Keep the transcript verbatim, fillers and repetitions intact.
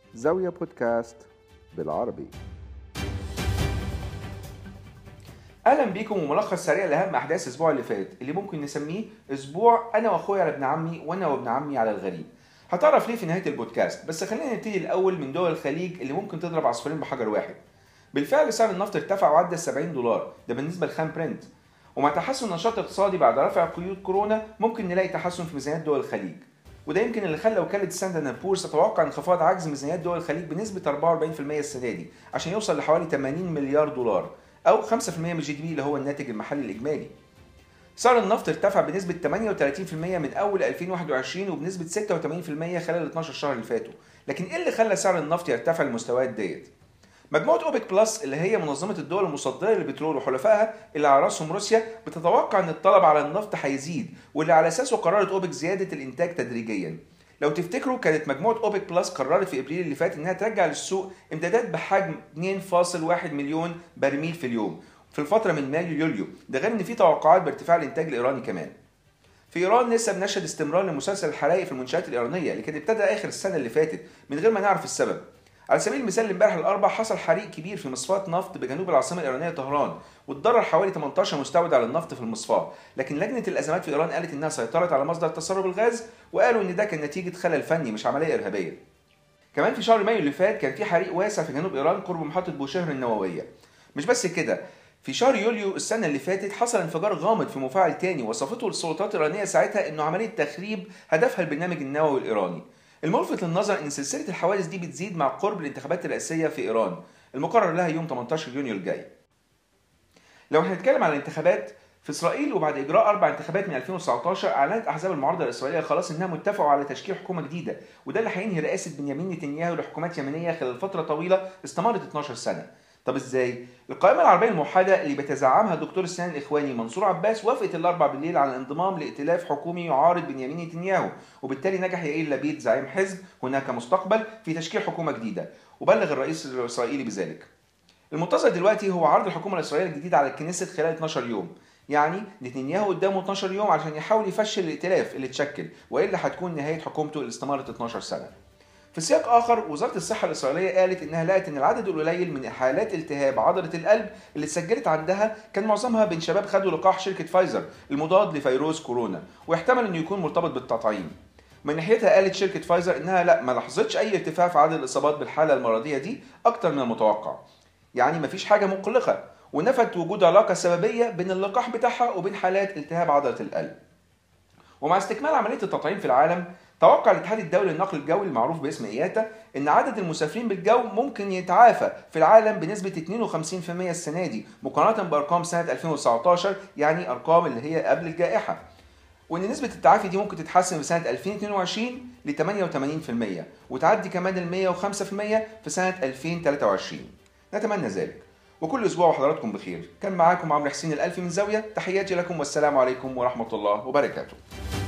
زاوية بودكاست بالعربي. اهلا بيكم وملخص سريع لاهم احداث الاسبوع اللي فات اللي ممكن نسميه اسبوع انا واخويا على ابن عمي وانا وابن عمي على الغريب. هتعرف ليه في نهايه البودكاست، بس خلينا نبتدي الاول من دول الخليج اللي ممكن تضرب عصفورين بحجر واحد. بالفعل سعر النفط ارتفع وعدى ال سبعين دولار، ده بالنسبه لخام برنت. ومع تحسن النشاط الاقتصادي بعد رفع قيود كورونا ممكن نلاقي تحسن في ميزانيات دول الخليج، وده يمكن اللي خلى وكاله ستاندرد اند بورز تتوقع انخفاض عجز ميزانيات دول الخليج بنسبه أربعة وأربعين بالمية السنه دي عشان يوصل لحوالي ثمانين مليار دولار او خمسة بالمية من الجي دي بي اللي هو الناتج المحلي الاجمالي. سعر النفط ارتفع بنسبه ثمانية وثلاثين بالمية من اول ألفين وواحد وعشرين وبنسبه ستة وثمانين بالمية خلال ال اتناشر شهر اللي فاتوا. لكن ايه اللي خلى سعر النفط يرتفع للمستويات ديت؟ مجموعه اوبك بلس اللي هي منظمه الدول المصدره للبترول وحلفائها اللي على راسهم روسيا بتتوقع ان الطلب على النفط هيزيد، واللي على اساسه قررت اوبك زياده الانتاج تدريجيا. لو تفتكروا كانت مجموعه اوبك بلس قررت في ابريل اللي فات انها ترجع للسوق امدادات بحجم اتنين فاصل واحد مليون برميل في اليوم في الفتره من مايو ليوليو، ده غير ان في توقعات بارتفاع الانتاج الايراني كمان. في ايران لسه بنشهد استمرار لمسلسل الحرائق في المنشآت الايرانيه اللي كان ابتدى اخر السنه اللي فاتت من غير ما نعرف السبب. على سبيل المثال امبارح الاربعاء حصل حريق كبير في مصفاة نفط بجنوب العاصمه الايرانيه طهران، واتضرر حوالي تمنتاشر مستودع للنفط في المصفاة، لكن لجنه الازمات في ايران قالت انها سيطرت على مصدر تسرب الغاز، وقالوا ان ده كان نتيجه خلل فني مش عمليه ارهابيه. كمان في شهر مايو اللي فات كان في حريق واسع في جنوب ايران قرب محطه بوشهر النوويه. مش بس كده، في شهر يوليو السنة اللي فاتت حصل انفجار غامض في مفاعل تاني وصفته السلطات الإيرانية ساعتها إنه عملية تخريب هدفها البرنامج النووي الإيراني. الملفت للنظر إن سلسلة الحوادث دي بتزيد مع قرب الانتخابات الرئاسية في إيران المقرر لها يوم تمنتاشر يونيو الجاي. لو هنتكلم عن الانتخابات في إسرائيل، وبعد إجراء أربع انتخابات من ألفين وتسعتاشر أعلنت أحزاب المعارضة الإسرائيلية خلاص إنها متفقوا على تشكيل حكومة جديدة، وده اللي هينهي رئاسة بنيامين نتنياهو لحكومات يمنية خلال فترة طويلة استمرت اتناشر سنة. طب ازاي؟ القائمة العربية الموحدة اللي بيتزعمها الدكتور السنان الإخواني منصور عباس وافقت الأربع بالليل على الانضمام لائتلاف حكومي يعارض بنيامين نتنياهو، وبالتالي نجح يائير لبيد زعيم حزب هناك مستقبل في تشكيل حكومة جديدة، وبلغ الرئيس الإسرائيلي بذلك. المنتظر دلوقتي هو عرض الحكومة الإسرائيلية الجديدة على الكنيست خلال اتناشر يوم، يعني نتنياهو قدامه اتناشر يوم عشان يحاول يفشل الائتلاف اللي اتشكل، وإلا هتكون نهاية حكومته اللي استمرت اتناشر سنة. في سياق آخر، وزارة الصحة الإسرائيلية قالت إنها لقت إن العدد القليل من حالات التهاب عضلة القلب اللي اتسجلت عندها كان معظمها بين شباب خدوا لقاح شركة فايزر المضاد لفيروس كورونا، ويحتمل إنه يكون مرتبط بالتطعيم. من ناحيتها قالت شركة فايزر إنها لا ما لاحظتش أي ارتفاع في عدد الإصابات بالحالة المرضية دي أكتر من المتوقع، يعني مفيش حاجة مقلقة، ونفت وجود علاقة سببية بين اللقاح بتاعها وبين حالات التهاب عضلة القلب. ومع استكمال عملية التطعيم في العالم، توقع الاتحاد الدولي للنقل الجوي المعروف باسم إياتا إن عدد المسافرين بالجو ممكن يتعافى في العالم بنسبة اتنين وخمسين بالمية السنة دي مقارنة بأرقام سنة ألفين وتسعتاشر، يعني أرقام اللي هي قبل الجائحة، وإن نسبة التعافي دي ممكن تتحسن في سنة ألفين واتنين وعشرين ل ثمانية وثمانين بالمية وتعدي كمان ال مية وخمسة بالمية في سنة ألفين وتلاتة وعشرين. نتمنى ذلك. وكل أسبوع وحضراتكم بخير. كان معاكم عمرو حسين الألفي من زاوية. تحياتي لكم والسلام عليكم ورحمة الله وبركاته.